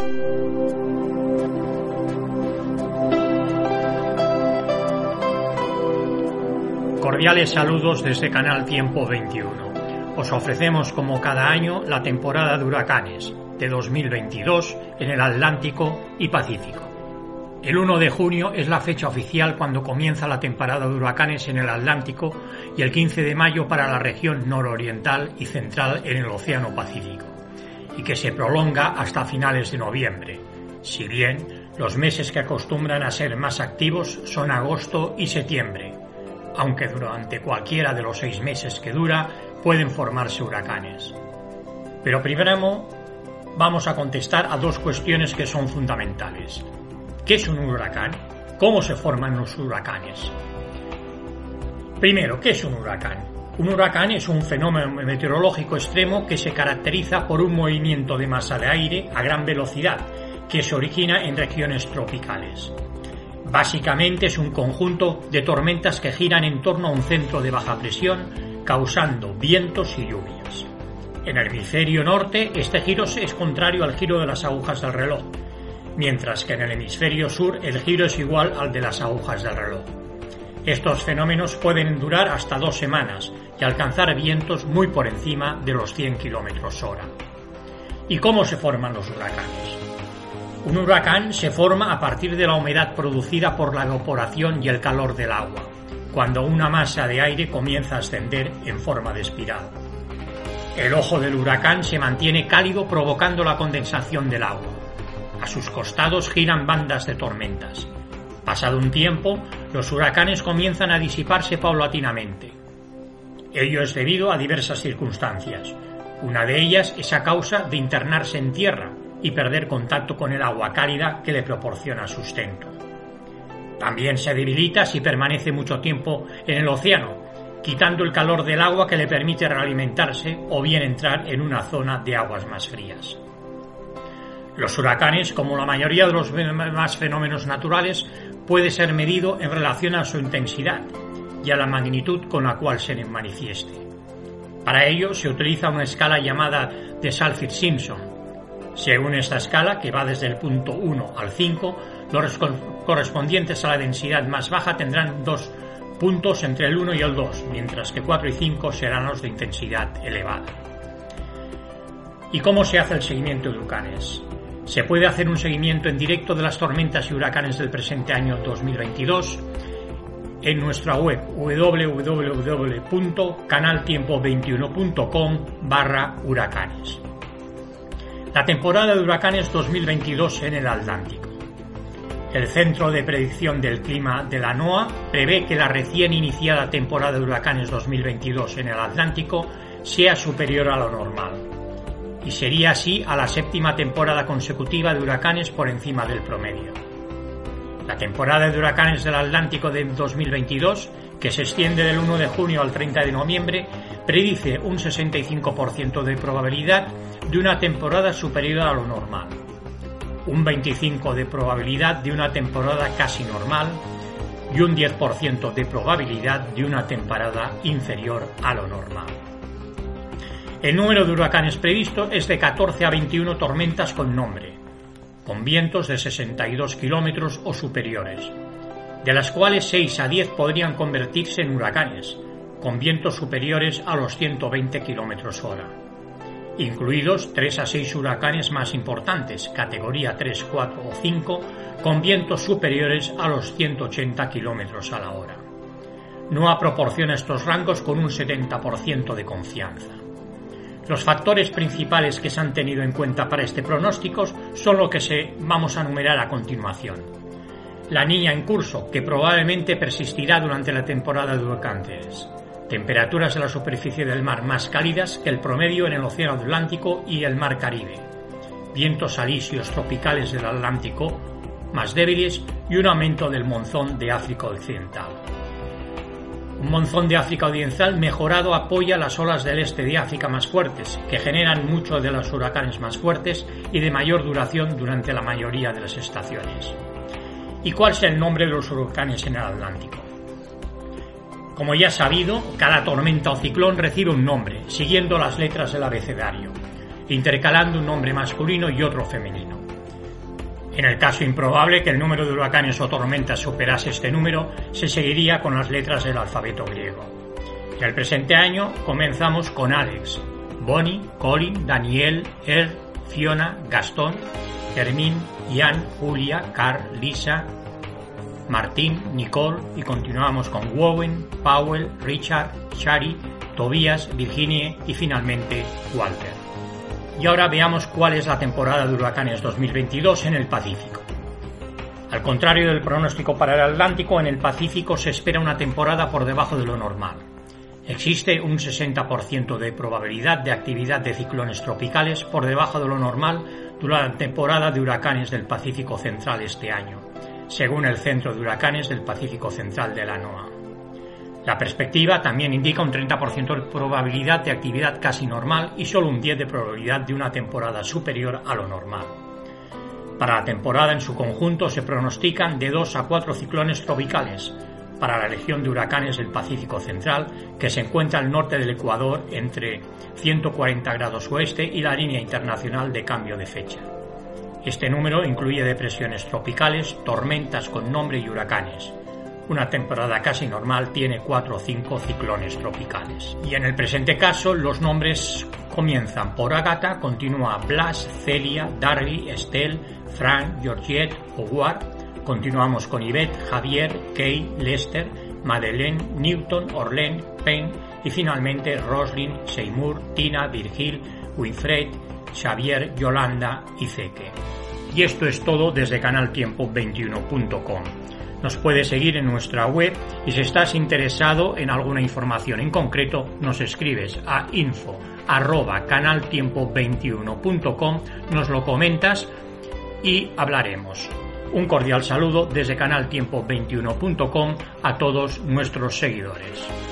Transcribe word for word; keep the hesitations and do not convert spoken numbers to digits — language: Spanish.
Cordiales saludos desde Canal Tiempo veintiuno. Os ofrecemos como cada año la temporada de huracanes de dos mil veintidós en el Atlántico y Pacífico. El uno de junio es la fecha oficial cuando comienza la temporada de huracanes en el Atlántico y el quince de mayo para la región nororiental y central en el Océano Pacífico, y que se prolonga hasta finales de noviembre, si bien los meses que acostumbran a ser más activos son agosto y septiembre, aunque durante cualquiera de los seis meses que dura pueden formarse huracanes. Pero primero vamos a contestar a dos cuestiones que son fundamentales. ¿Qué es un huracán? ¿Cómo se forman los huracanes? Primero, ¿qué es un huracán? Un huracán es un fenómeno meteorológico extremo que se caracteriza por un movimiento de masa de aire a gran velocidad que se origina en regiones tropicales. Básicamente es un conjunto de tormentas que giran en torno a un centro de baja presión, causando vientos y lluvias. En el hemisferio norte, este giro es contrario al giro de las agujas del reloj, mientras que en el hemisferio sur el giro es igual al de las agujas del reloj. Estos fenómenos pueden durar hasta dos semanas y alcanzar vientos muy por encima de los cien kilómetros hora. ¿Y cómo se forman los huracanes? Un huracán se forma a partir de la humedad producida por la evaporación y el calor del agua, cuando una masa de aire comienza a ascender en forma de espiral. El ojo del huracán se mantiene cálido provocando la condensación del agua. A sus costados giran bandas de tormentas. Pasado un tiempo, los huracanes comienzan a disiparse paulatinamente. Ello es debido a diversas circunstancias. Una de ellas es a causa de internarse en tierra y perder contacto con el agua cálida que le proporciona sustento. También se debilita si permanece mucho tiempo en el océano, quitando el calor del agua que le permite realimentarse o bien entrar en una zona de aguas más frías. Los huracanes, como la mayoría de los demás fenómenos naturales, puede ser medido en relación a su intensidad y a la magnitud con la cual se manifieste. Para ello se utiliza una escala llamada de Saffir-Simpson. Según esta escala, que va desde el punto uno al cinco, los correspondientes a la densidad más baja tendrán dos puntos entre el uno y el dos, mientras que cuatro y cinco serán los de intensidad elevada. ¿Y cómo se hace el seguimiento de huracanes? Se puede hacer un seguimiento en directo de las tormentas y huracanes del presente año dos mil veintidós en nuestra web doble u doble u doble u punto canal tiempo veintiuno punto com barra huracanes. La temporada de huracanes dos mil veintidós en el Atlántico. El Centro de Predicción del Clima de la NOAA prevé que la recién iniciada temporada de huracanes dos mil veintidós en el Atlántico sea superior a lo normal, y sería así a la séptima temporada consecutiva de huracanes por encima del promedio. La temporada de huracanes del Atlántico de dos mil veintidós, que se extiende del uno de junio al treinta de noviembre, predice un sesenta y cinco por ciento de probabilidad de una temporada superior a lo normal, un veinticinco por ciento de probabilidad de una temporada casi normal y un diez por ciento de probabilidad de una temporada inferior a lo normal. El número de huracanes previsto es de catorce a veintiuno tormentas con nombre, con vientos de sesenta y dos kilómetros o superiores, de las cuales seis a diez podrían convertirse en huracanes, con vientos superiores a los ciento veinte kilómetros hora, incluidos tres a seis huracanes más importantes, categoría tres, cuatro o cinco, con vientos superiores a los ciento ochenta kilómetros a la hora. NOAA proporciona estos rangos con un setenta por ciento de confianza. Los factores principales que se han tenido en cuenta para este pronóstico son lo que se vamos a enumerar a continuación. La niña en curso, que probablemente persistirá durante la temporada de huracanes. Temperaturas de la superficie del mar más cálidas que el promedio en el Océano Atlántico y el Mar Caribe. Vientos alisios tropicales del Atlántico más débiles y un aumento del monzón de África Occidental. Un monzón de África Occidental mejorado apoya las olas del este de África más fuertes, que generan muchos de los huracanes más fuertes y de mayor duración durante la mayoría de las estaciones. ¿Y cuál es el nombre de los huracanes en el Atlántico? Como ya sabido, cada tormenta o ciclón recibe un nombre, siguiendo las letras del abecedario, intercalando un nombre masculino y otro femenino. En el caso improbable que el número de huracanes o tormentas superase este número, se seguiría con las letras del alfabeto griego. En el presente año comenzamos con Alex, Bonnie, Colin, Daniel, Er, Fiona, Gastón, Hermín, Ian, Julia, Carl, Lisa, Martín, Nicole y continuamos con Wowen, Powell, Richard, Shari, Tobias, Virginie y finalmente Walter. Y ahora veamos cuál es la temporada de huracanes dos mil veintidós en el Pacífico. Al contrario del pronóstico para el Atlántico, en el Pacífico se espera una temporada por debajo de lo normal. Existe un sesenta por ciento de probabilidad de actividad de ciclones tropicales por debajo de lo normal durante la temporada de huracanes del Pacífico Central este año, según el Centro de Huracanes del Pacífico Central de la NOAA. La perspectiva también indica un treinta por ciento de probabilidad de actividad casi normal y solo un diez por ciento de probabilidad de una temporada superior a lo normal. Para la temporada en su conjunto se pronostican de dos a cuatro ciclones tropicales para la región de huracanes del Pacífico Central, que se encuentra al norte del Ecuador entre ciento cuarenta grados oeste y la línea internacional de cambio de fecha. Este número incluye depresiones tropicales, tormentas con nombre y huracanes. Una temporada casi normal tiene cuatro o cinco ciclones tropicales. Y en el presente caso, los nombres comienzan por Agatha, continúa Blas, Celia, Darby, Estelle, Frank, Georgette, Howard, continuamos con Yvette, Javier, Kay, Lester, Madeleine, Newton, Orlén, Payne y finalmente Roslyn, Seymour, Tina, Virgil, Winfred, Xavier, Yolanda y Zeke. Y esto es todo desde canal tiempo veintiuno punto com. Nos puedes seguir en nuestra web y si estás interesado en alguna información en concreto, nos escribes a info arroba canal tiempo veintiuno punto com, nos lo comentas y hablaremos. Un cordial saludo desde canal tiempo veintiuno punto com a todos nuestros seguidores.